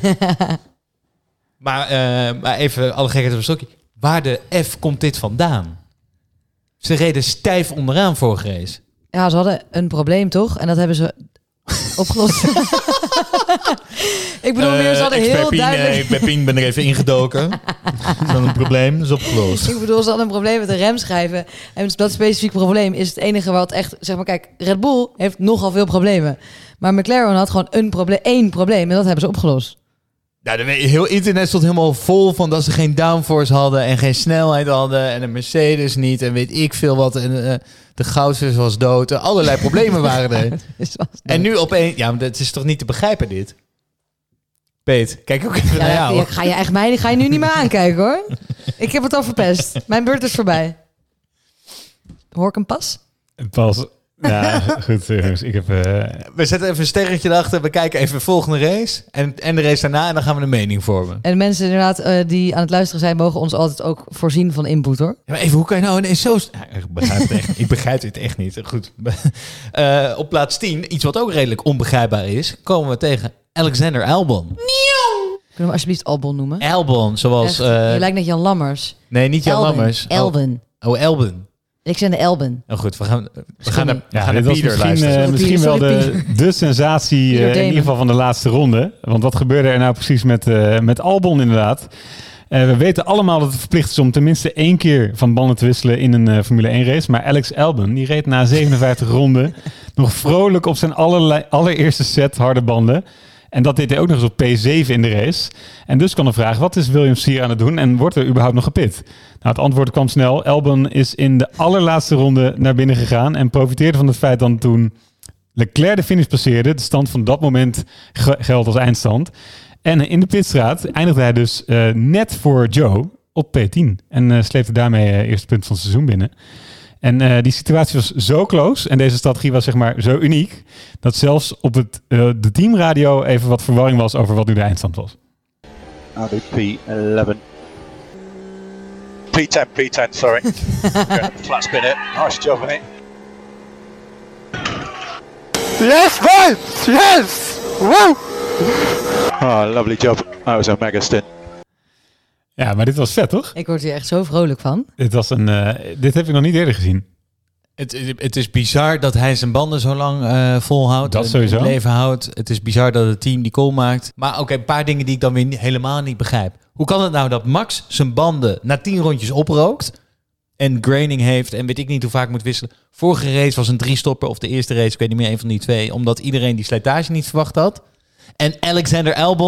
maar, uh, maar even alle gekheid op een stokje. Waar de F komt dit vandaan? Ze reden stijf onderaan vorige race. Ja, ze hadden een probleem toch? En dat hebben ze opgelost. Ik bedoel, uh, meer, ze hadden heel Pien, duidelijk... Ik ben Pien, ben er even ingedoken. Dat is dan een probleem, dat is opgelost. Ik bedoel, ze hadden een probleem met de remschijven. En dat specifieke probleem is het enige wat echt... Zeg maar, kijk, Red Bull heeft nogal veel problemen. Maar McLaren had gewoon een probleem, één probleem. En dat hebben ze opgelost. Ja, de, heel internet stond helemaal vol van dat ze geen downforce hadden en geen snelheid hadden en een Mercedes niet en weet ik veel wat. En uh, de goudvis was dood. En allerlei problemen waren er. En nu opeens... Ja, maar dat is toch niet te begrijpen, dit? Peet, kijk ook even ja, naar jou. Ja, ga je echt mij ga je nu niet meer aankijken, hoor. Ik heb het al verpest. Mijn beurt is voorbij. Hoor ik hem pas? Pas... Ja, goed jongens. Ik heb, uh... We zetten even een sterretje erachter. We kijken even de volgende race. En, en de race daarna. En dan gaan we een mening vormen. En mensen inderdaad uh, die aan het luisteren zijn... mogen ons altijd ook voorzien van input, hoor. Ja, maar even, hoe kan je nou ineens zo... Ja, ik begrijp het echt, ik begrijp het echt niet. Goed. Uh, op plaats tien, iets wat ook redelijk onbegrijpbaar is... komen we tegen Alexander Albon. Kunnen we hem alsjeblieft Albon noemen? Albon, zoals... Echt, uh... je lijkt net Jan Lammers. Nee, niet Jan Elben. Lammers. Elben. Oh, oh Elben. Alexander Elben. Oh goed, we gaan, we gaan naar, we ja, gaan dit naar was Pieter misschien, luisteren. uh, misschien Sorry, wel de, de sensatie uh, in ieder geval van de laatste ronde. Want wat gebeurde er nou precies met, uh, met Albon inderdaad? Uh, we weten allemaal dat het verplicht is om tenminste één keer van banden te wisselen in een uh, Formule één race. Maar Alex Albon, die reed na zevenenvijftig ronden nog vrolijk op zijn allerlei, allereerste set harde banden. En dat deed hij ook nog eens op P zeven in de race. En dus kan de vraag, wat is Williams hier aan het doen? En wordt er überhaupt nog gepit? Nou, het antwoord kwam snel. Albon is in de allerlaatste ronde naar binnen gegaan. En profiteerde van het feit dat toen Leclerc de finish passeerde. De stand van dat moment ge- geldt als eindstand. En in de pitstraat eindigde hij dus uh, net voor Joe op P tien. En uh, sleepte daarmee uh, eerste punt van het seizoen binnen. En uh, die situatie was zo close en deze strategie was zeg maar zo uniek... dat zelfs op het, uh, de teamradio even wat verwarring was over wat nu de eindstand was. I'll do P eleven. P ten, P ten, sorry. Flat spin it. Nice job, mate. Yes, mate! Yes! Woo! Oh, lovely job. That was a mega stint. Ja, maar dit was vet, toch? Ik word hier echt zo vrolijk van. Dit, was een, uh, dit heb ik nog niet eerder gezien. Het, het is bizar dat hij zijn banden zo lang uh, volhoudt. Dat sowieso. Het leven houdt. Het is bizar dat het team die call maakt. Maar oké, okay, een paar dingen die ik dan weer niet, helemaal niet begrijp. Hoe kan het nou dat Max zijn banden na tien rondjes oprookt... en graining heeft en weet ik niet hoe vaak moet wisselen. Vorige race was een drie-stopper of de eerste race, ik weet niet meer, een van die twee... omdat iedereen die slijtage niet verwacht had. En Alexander Albon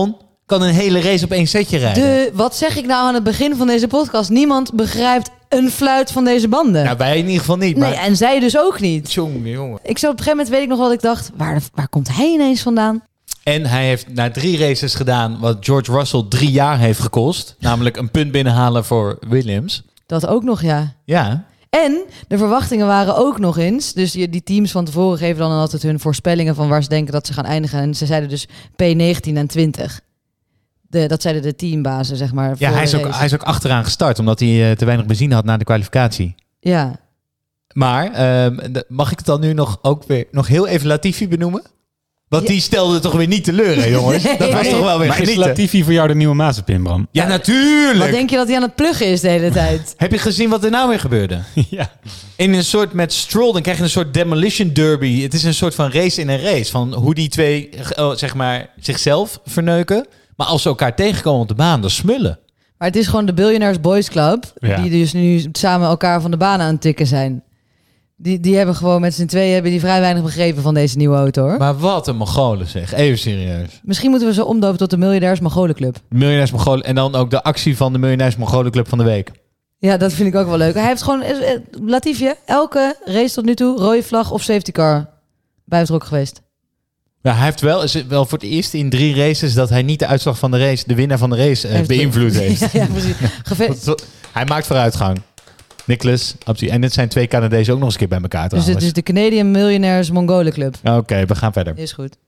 kan een hele race op één setje rijden. De, wat zeg ik nou aan het begin van deze podcast? Niemand begrijpt een fluit van deze banden. Nou, wij in ieder geval niet. Maar... Nee, en zij dus ook niet. Jongen, jongen. Ik zo op een gegeven moment weet ik nog wat ik dacht. Waar, waar komt hij ineens vandaan? En hij heeft na drie races gedaan wat George Russell drie jaar heeft gekost. Namelijk een punt binnenhalen voor Williams. Dat ook nog, ja. Ja. En de verwachtingen waren ook nog eens. Dus die, die teams van tevoren geven dan altijd hun voorspellingen van waar ze denken dat ze gaan eindigen. En ze zeiden dus P negentien en twintig. De, dat zeiden de teambazen, zeg maar. Ja, hij is, ook, hij is ook achteraan gestart, omdat hij uh, te weinig benzine had na de kwalificatie. Ja. Maar uh, mag ik het dan nu nog ook weer nog heel even Latifi benoemen? Want ja. die stelde toch weer niet teleur, hè, jongens? Nee. Dat was toch wel weer maar genieten. Is Latifi voor jou de nieuwe Mazepin, Bram? Ja, natuurlijk. Wat denk je dat hij aan het pluggen is de hele tijd? Heb je gezien wat er nou weer gebeurde? Ja. In een soort met Stroll, dan krijg je een soort demolition derby. Het is een soort van race in een race. Van hoe die twee, zeg maar, zichzelf verneuken. Maar als ze elkaar tegenkomen op de baan, dan smullen. Maar het is gewoon de Billionaires Boys Club. Ja. Die dus nu samen elkaar van de baan aan het tikken zijn. Die, die hebben gewoon met z'n tweeën hebben die vrij weinig begrepen van deze nieuwe auto, hoor. Maar wat een Mongolen, zeg. Even serieus. Misschien moeten we ze omdopen tot de Miljonairs Mongolen Club. Miljonairs Mongolen. En dan ook de actie van de Miljonairs Mongolen Club van de week. Ja, dat vind ik ook wel leuk. Hij heeft gewoon, Latifi, elke race tot nu toe, rode vlag of safety car bij betrokken geweest. Ja, hij heeft wel, is het wel voor het eerst in drie races dat hij niet de uitslag van de race, de winnaar van de race, uh, beïnvloed heeft. Ja, ja, precies. Geve- hij maakt vooruitgang. Nicholas, en dit zijn twee Canadezen ook nog eens een keer bij elkaar trouwens. Dus het is de Canadian Millionaires Mongolen Club. Oké, okay, we gaan verder. Is goed.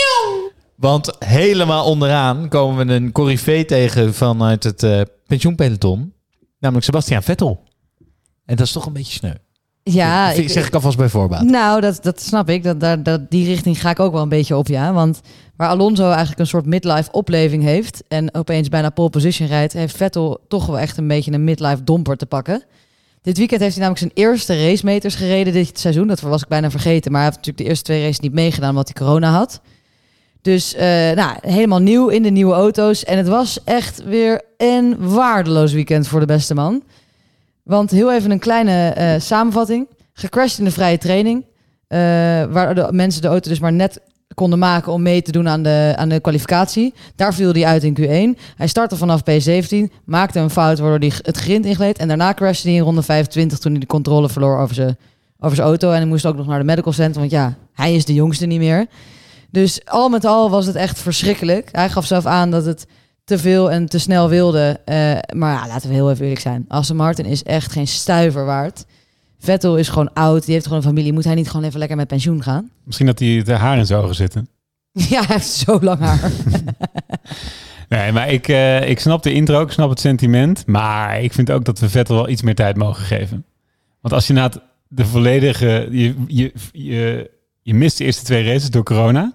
Want helemaal onderaan komen we een coryfee tegen vanuit het uh, pensioenpeloton. Namelijk Sebastian Vettel. En dat is toch een beetje sneu. Ja, dat zeg ik alvast bij voorbaat. Nou, dat, dat snap ik. Dat, dat, dat, die richting ga ik ook wel een beetje op, ja. Want waar Alonso eigenlijk een soort midlife opleving heeft en opeens bijna pole position rijdt, heeft Vettel toch wel echt een beetje een midlife domper te pakken. Dit weekend heeft hij namelijk zijn eerste racemeters gereden dit seizoen. Dat was ik bijna vergeten. Maar hij heeft natuurlijk de eerste twee races niet meegedaan omdat hij corona had. Dus uh, nou, helemaal nieuw in de nieuwe auto's. En het was echt weer een waardeloos weekend voor de beste man. Want heel even een kleine uh, samenvatting. Gecrashed in de vrije training. Uh, waar de mensen de auto dus maar net konden maken om mee te doen aan de, aan de kwalificatie. Daar viel hij uit in Q één. Hij startte vanaf P zeventien, maakte een fout waardoor hij het grind ingleed. En daarna crashte hij in ronde vijfentwintig toen hij de controle verloor over zijn, over zijn auto. En hij moest ook nog naar de medical center, want ja, hij is de jongste niet meer. Dus al met al was het echt verschrikkelijk. Hij gaf zelf aan dat het te veel en te snel wilde. Uh, maar ja, laten we heel even eerlijk zijn. Aston Martin is echt geen stuiver waard. Vettel is gewoon oud, die heeft gewoon een familie. Moet hij niet gewoon even lekker met pensioen gaan? Misschien dat hij het haar in zijn ogen zitten. Ja, hij heeft zo lang haar. Nee, maar ik, uh, ik snap de intro, ik snap het sentiment. Maar ik vind ook dat we Vettel wel iets meer tijd mogen geven. Want als je na het, de volledige... Je, je, je, je mist de eerste twee races door corona.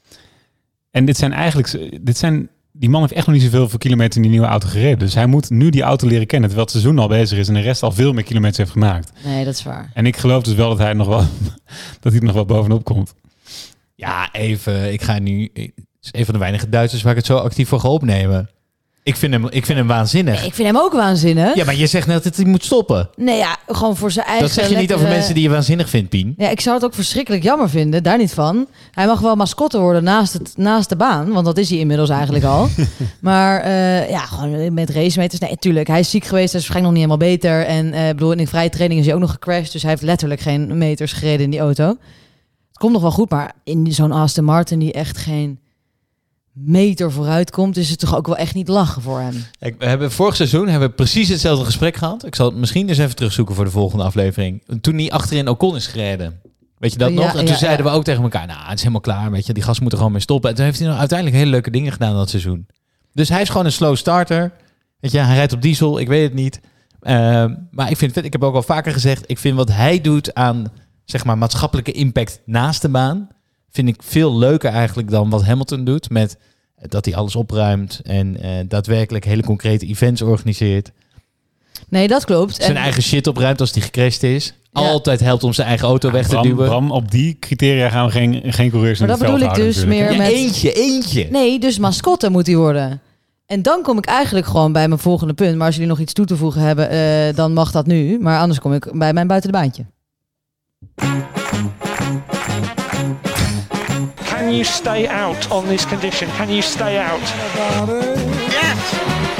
En dit zijn eigenlijk... Dit zijn, die man heeft echt nog niet zoveel voor kilometer in die nieuwe auto gereden. Dus hij moet nu die auto leren kennen, terwijl het seizoen al bezig is en de rest al veel meer kilometers heeft gemaakt. Nee, dat is waar. En ik geloof dus wel dat hij nog wel, dat hij er nog wel bovenop komt. Ja, even. Ik ga nu... Het is een van de weinige Duitsers waar ik het zo actief voor ga opnemen. Ik vind hem, ik vind hem waanzinnig. Nee, ik vind hem ook waanzinnig. Ja, maar je zegt net dat hij moet stoppen. Nee, ja, gewoon voor zijn eigen... Dat zeg je niet lekkere... over mensen die je waanzinnig vindt, Pien. Ja, ik zou het ook verschrikkelijk jammer vinden, daar niet van. Hij mag wel mascotte worden naast, het, naast de baan, want dat is hij inmiddels eigenlijk al. Maar uh, ja, gewoon met racemeters. Nee, tuurlijk, hij is ziek geweest, hij is waarschijnlijk nog niet helemaal beter. En uh, bedoel, in de vrije training is hij ook nog gecrashed, dus hij heeft letterlijk geen meters gereden in die auto. Het komt nog wel goed, maar in zo'n Aston Martin die echt geen meter vooruit komt, is het toch ook wel echt niet lachen voor hem. Kijk, we hebben vorig seizoen hebben we precies hetzelfde gesprek gehad. Ik zal het misschien eens even terugzoeken voor de volgende aflevering. Toen hij achterin Ocon is gereden. Weet je dat Ja, nog? En toen ja, zeiden ja. we ook tegen elkaar, nou, het is helemaal klaar. Weet je, die gast moet er gewoon mee stoppen. En toen heeft hij nog uiteindelijk hele leuke dingen gedaan dat seizoen. Dus hij is gewoon een slow starter. Weet je, hij rijdt op diesel, ik weet het niet. Uh, maar ik vind het, ik heb ook al vaker gezegd, ik vind wat hij doet aan, zeg maar, maatschappelijke impact naast de baan, vind ik veel leuker eigenlijk dan wat Hamilton doet met dat hij alles opruimt en uh, daadwerkelijk hele concrete events organiseert. Nee, dat klopt. Zijn en... eigen shit opruimt als die gecrashed is. Ja. Altijd helpt om zijn eigen auto Ja, weg te Bram, duwen. Bram, op die criteria gaan we geen, geen coureurs in Maar het dat veld bedoel ik houden dus natuurlijk. meer Ja, met... eentje, eentje. Nee, dus mascotte moet hij worden. En dan kom ik eigenlijk gewoon bij mijn volgende punt. Maar als jullie nog iets toe te voegen hebben, uh, dan mag dat nu. Maar anders kom ik bij mijn buiten de baantje. Can Can you stay out on this condition? Can you stay out? Yes!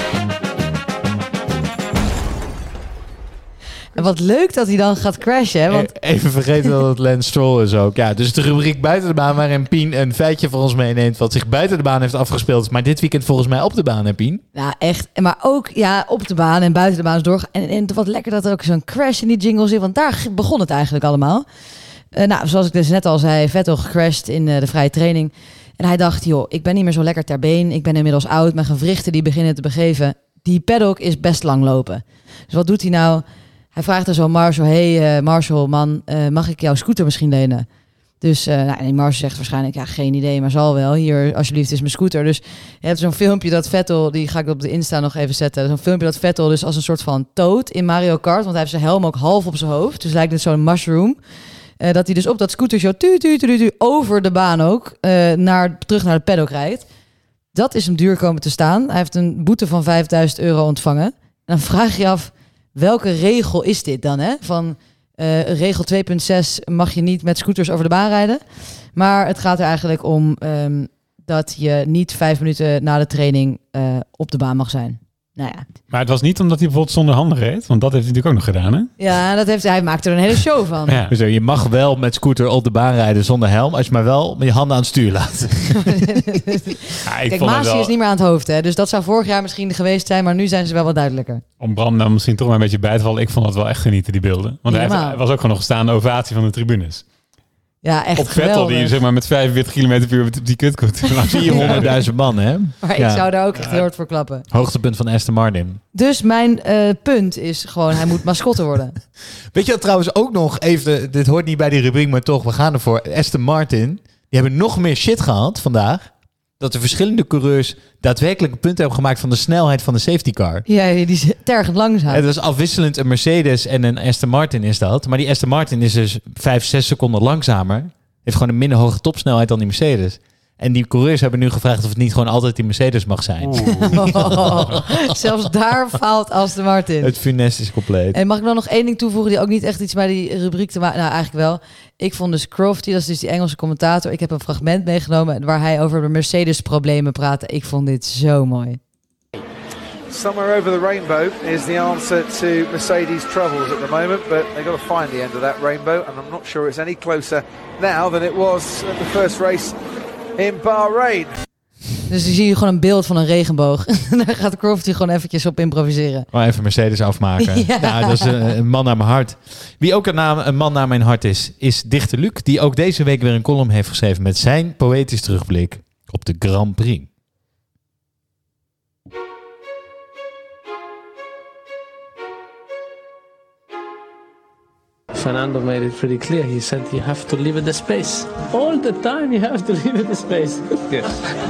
En wat leuk dat hij dan gaat crashen. Hè? Want... Even vergeten dat het Lance Stroll is ook. Ja, dus de rubriek buiten de baan waarin Pien een feitje voor ons meeneemt wat zich buiten de baan heeft afgespeeld. Maar dit weekend volgens mij op de baan, hè Pien? Ja, echt. Maar ook ja, op de baan en buiten de baan is door. En, en wat lekker dat er ook zo'n crash in die jingle zit. Want daar begon het eigenlijk allemaal. Uh, nou, zoals ik dus net al zei, Vettel gecrashed in uh, de vrije training. En hij dacht, joh, ik ben niet meer zo lekker ter been. Ik ben inmiddels oud, mijn gewrichten die beginnen te begeven. Die paddock is best lang lopen. Dus wat doet hij nou? Hij vraagt er zo Marshall, hey uh, Marshall, man, uh, mag ik jouw scooter misschien lenen? Dus uh, nou, en Marshall zegt waarschijnlijk, ja, geen idee, maar zal wel. Hier, alsjeblieft, is mijn scooter. Dus je hebt zo'n filmpje dat Vettel, die ga ik op de Insta nog even zetten. Zo'n filmpje dat Vettel dus als een soort van toad in Mario Kart, want hij heeft zijn helm ook half op zijn hoofd. Dus lijkt het zo'n mushroom. Uh, dat hij dus op dat scooter tu, tu, tu, tu, over de baan ook uh, naar, terug naar de paddock rijdt. Dat is hem duur komen te staan. Hij heeft een boete van vijfduizend euro ontvangen. En dan vraag je af, welke regel is dit dan? Hè? Van uh, regel twee punt zes mag je niet met scooters over de baan rijden. Maar het gaat er eigenlijk om um, dat je niet vijf minuten na de training uh, op de baan mag zijn. Nou ja. Maar het was niet omdat hij bijvoorbeeld zonder handen reed. Want dat heeft hij natuurlijk ook nog gedaan, hè? Ja, dat heeft, hij maakt er een hele show van. Ja. Dus je mag wel met scooter op de baan rijden zonder helm, als je maar wel met je handen aan het stuur laat. Ja, ik Kijk, vond Masi wel... is niet meer aan het hoofd, hè? Dus dat zou vorig jaar misschien geweest zijn, maar nu zijn ze wel wat duidelijker. Om Bram nou misschien toch maar een beetje bij te vallen. Ik vond dat wel echt genieten, die beelden. Want hij, heeft, hij was ook gewoon nog een staande ovatie van de tribunes. Ja, echt op Vettel, die zeg maar met vijfenveertig kilometer per uur op die kut komt. vierhonderdduizend man, hè? Maar ja. ik zou daar ook echt heel hard voor klappen. Hoogtepunt van Aston Martin. Dus mijn uh, punt is gewoon, hij moet mascotte worden. Weet je wat trouwens ook nog even, dit hoort niet bij die rubriek, maar toch, we gaan ervoor. Aston Martin, die hebben nog meer shit gehad vandaag. Dat de verschillende coureurs daadwerkelijk een punt hebben gemaakt van de snelheid van de safety car. Ja, die is tergend langzaam. Het was afwisselend een Mercedes en een Aston Martin is dat. Maar die Aston Martin is dus vijf, zes seconden langzamer. Heeft gewoon een minder hoge topsnelheid dan die Mercedes. En die coureurs hebben nu gevraagd of het niet gewoon altijd die Mercedes mag zijn. Oh, zelfs daar faalt Aston Martin. Het funest is compleet. En mag ik dan nog één ding toevoegen die ook niet echt iets bij die rubriek te maken? Nou, eigenlijk wel. Ik vond dus Crofty, dat is dus die Engelse commentator. Ik heb een fragment meegenomen waar hij over de Mercedes-problemen praatte. Ik vond dit zo mooi. Somewhere over the rainbow is the answer to Mercedes' troubles at the moment, but they've got to find the end of that rainbow, and I'm not sure it's any closer now than it was at the first race in Bahrain. Dus dan zie je gewoon een beeld van een regenboog. En daar gaat Crofty gewoon eventjes op improviseren. Maar even Mercedes afmaken. Ja. Nou, dat is een, een man naar mijn hart. Wie ook een, naam, een man naar mijn hart is, is dichter Luc, die ook deze week weer een column heeft geschreven met zijn poëtisch terugblik op de Grand Prix. Fernando made it pretty clear. He said you have to leave it the space. All the time you have to leave it the space. Yes.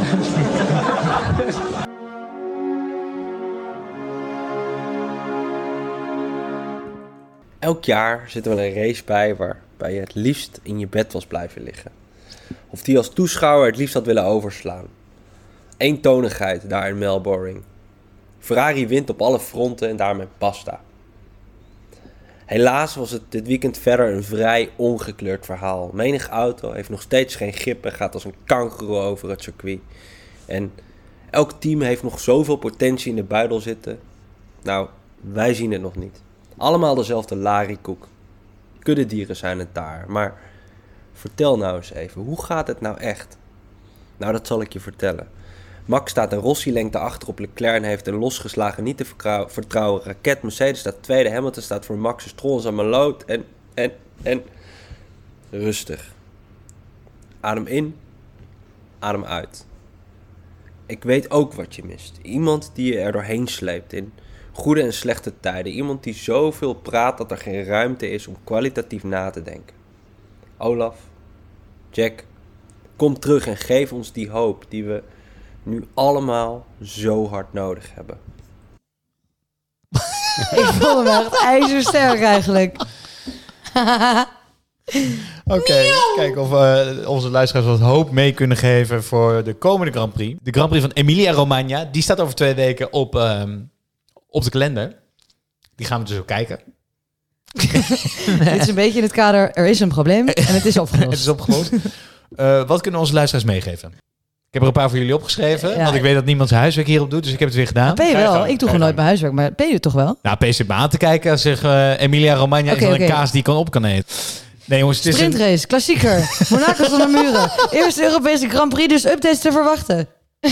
Elk jaar zit er wel een race bij waarbij je het liefst in je bed was blijven liggen. Of die als toeschouwer het liefst had willen overslaan. Eentonigheid daar in Melbourne. Ferrari wint op alle fronten en daarmee basta. Helaas was het dit weekend verder een vrij ongekleurd verhaal. Menige auto heeft nog steeds geen grip en gaat als een kangoeroe over het circuit. En elk team heeft nog zoveel potentie in de buidel zitten. Nou, wij zien het nog niet. Allemaal dezelfde lariekoek. Kuddedieren zijn het daar. Maar vertel nou eens even, hoe gaat het nou echt? Nou, dat zal ik je vertellen. Max staat een Rossi-lengte achter op Leclerc en heeft een losgeslagen, niet te vertrouwen raket. Mercedes staat tweede, Hamilton staat voor Max, Stroll aan mijn lood en, en, en... Rustig. Adem in, adem uit. Ik weet ook wat je mist. Iemand die je er doorheen sleept in goede en slechte tijden. Iemand die zoveel praat dat er geen ruimte is om kwalitatief na te denken. Olaf, Jack, kom terug en geef ons die hoop die we nu allemaal zo hard nodig hebben. Ik vond hem echt ijzersterk eigenlijk. Oké, okay, kijken of we uh, onze luisteraars wat hoop mee kunnen geven voor de komende Grand Prix. De Grand Prix van Emilia-Romagna, die staat over twee weken op, um, op de kalender. Die gaan we dus ook kijken. Nee. Dit is een beetje in het kader, er is een probleem en het is opgelost. Het is opgelost. Uh, wat kunnen onze luisteraars meegeven? Ik heb er een paar voor jullie opgeschreven. Ja. Want ik weet dat niemand zijn huiswerk hierop doet. Dus ik heb het weer gedaan. Ben je wel? Ik doe gewoon nooit mijn huiswerk. Maar ben je het toch wel? Nou, P C me aan te kijken. Als zeg uh, Emilia Romagna okay, is dan okay. een kaas die ik kan op kan eten. Nee jongens, het is Sprintrace, een... klassieker. Monaco zonder muren. Eerste Europese Grand Prix, dus updates te verwachten.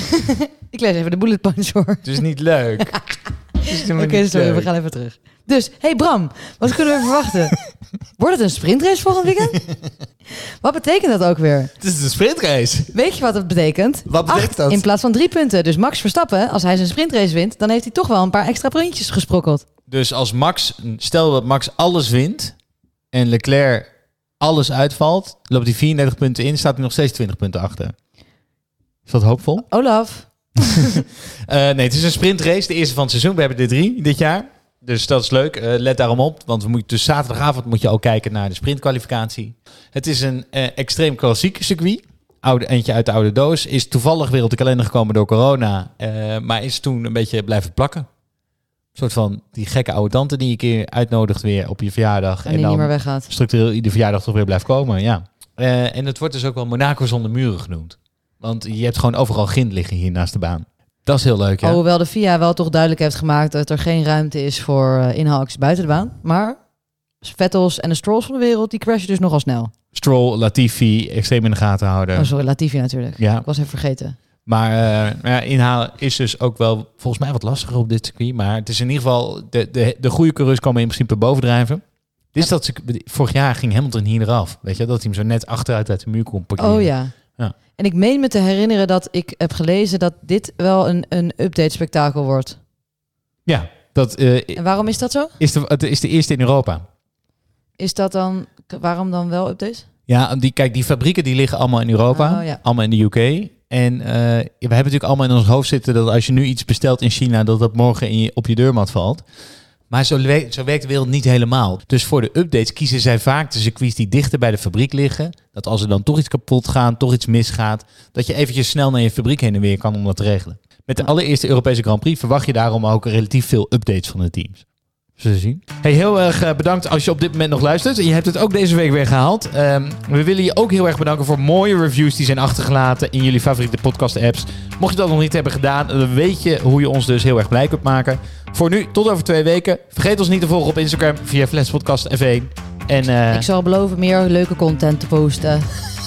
Ik lees even de bullet points voor. Het is niet leuk. Oké, okay, sorry, leuk. We gaan even terug. Dus, hey Bram, wat kunnen we verwachten? Wordt het een sprintrace volgend weekend? Wat betekent dat ook weer? Het is een sprintrace. Weet je wat het betekent? Wat betekent Acht dat? In plaats van drie punten. Dus Max Verstappen, als hij zijn sprintrace wint, dan heeft hij toch wel een paar extra puntjes gesprokkeld. Dus als Max, stel dat Max alles wint en Leclerc alles uitvalt, loopt hij vierendertig punten in, staat hij nog steeds twintig punten achter. Is dat hoopvol? Olaf. uh, nee, het is een sprintrace, de eerste van het seizoen. We hebben er drie dit jaar. Dus dat is leuk. Uh, let daarom op. Want we moeten dus zaterdagavond moet je ook kijken naar de sprintkwalificatie. Het is een uh, extreem klassiek circuit. Oude, eentje uit de oude doos. Is toevallig weer op de kalender gekomen door corona. Uh, maar is toen een beetje blijven plakken. Een soort van die gekke oude tante die je een keer uitnodigt weer op je verjaardag. En die en dan niet meer weggaat. Structureel iedere verjaardag toch weer blijft komen. Ja. Uh, en het wordt dus ook wel Monaco zonder muren genoemd. Want je hebt gewoon overal grind liggen hier naast de baan. Dat is heel leuk, ja. Hoewel de F I A wel toch duidelijk heeft gemaakt dat er geen ruimte is voor uh, inhaalacties buiten de baan. Maar Vettels en de Strolls van de wereld, die crashen dus nogal snel. Stroll, Latifi, extreem in de gaten houden. Oh, sorry, Latifi natuurlijk. Ja. Ik was even vergeten. Maar uh, ja, inhalen is dus ook wel volgens mij wat lastiger op dit circuit. Maar het is in ieder geval, de, de, de goede coureurs komen in principe bovendrijven. Dit is dat, vorig jaar ging Hamilton hier eraf. Weet je, dat hij hem zo net achteruit uit de muur kon parkeren. Oh ja. Ja. En ik meen me te herinneren dat ik heb gelezen dat dit wel een, een update-spektakel wordt. Ja. Dat, uh, en waarom is dat zo? Is de, het is de eerste in Europa. Is dat dan, waarom dan wel updates? Ja, die, kijk, die fabrieken die liggen allemaal in Europa, oh, ja. allemaal in de U K. En uh, we hebben natuurlijk allemaal in ons hoofd zitten dat als je nu iets bestelt in China, dat dat morgen in je, op je deurmat valt. Maar zo, le- zo werkt de wereld niet helemaal. Dus voor de updates kiezen zij vaak de circuits die dichter bij de fabriek liggen. Dat als er dan toch iets kapot gaat, toch iets misgaat, dat je eventjes snel naar je fabriek heen en weer kan om dat te regelen. Met de allereerste Europese Grand Prix verwacht je daarom ook relatief veel updates van de teams. Zullen we zien. Hey, heel erg bedankt als je op dit moment nog luistert. Je hebt het ook deze week weer gehaald. Um, we willen je ook heel erg bedanken voor mooie reviews die zijn achtergelaten in jullie favoriete podcast apps. Mocht je dat nog niet hebben gedaan, dan weet je hoe je ons dus heel erg blij kunt maken. Voor nu, tot over twee weken. Vergeet ons niet te volgen op Instagram via Flenspodcast F één. En, uh... ik zal beloven meer leuke content te posten.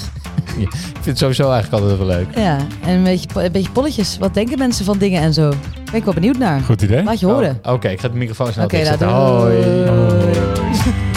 Ja, ik vind het sowieso eigenlijk altijd wel leuk. Ja, en een beetje, een beetje polletjes. Wat denken mensen van dingen en zo? Ben ik wel benieuwd naar. Goed idee. Laat je horen. Oh, Oké, okay, ik ga de microfoon snel okay, dichtzetten. Hoi. Hoi.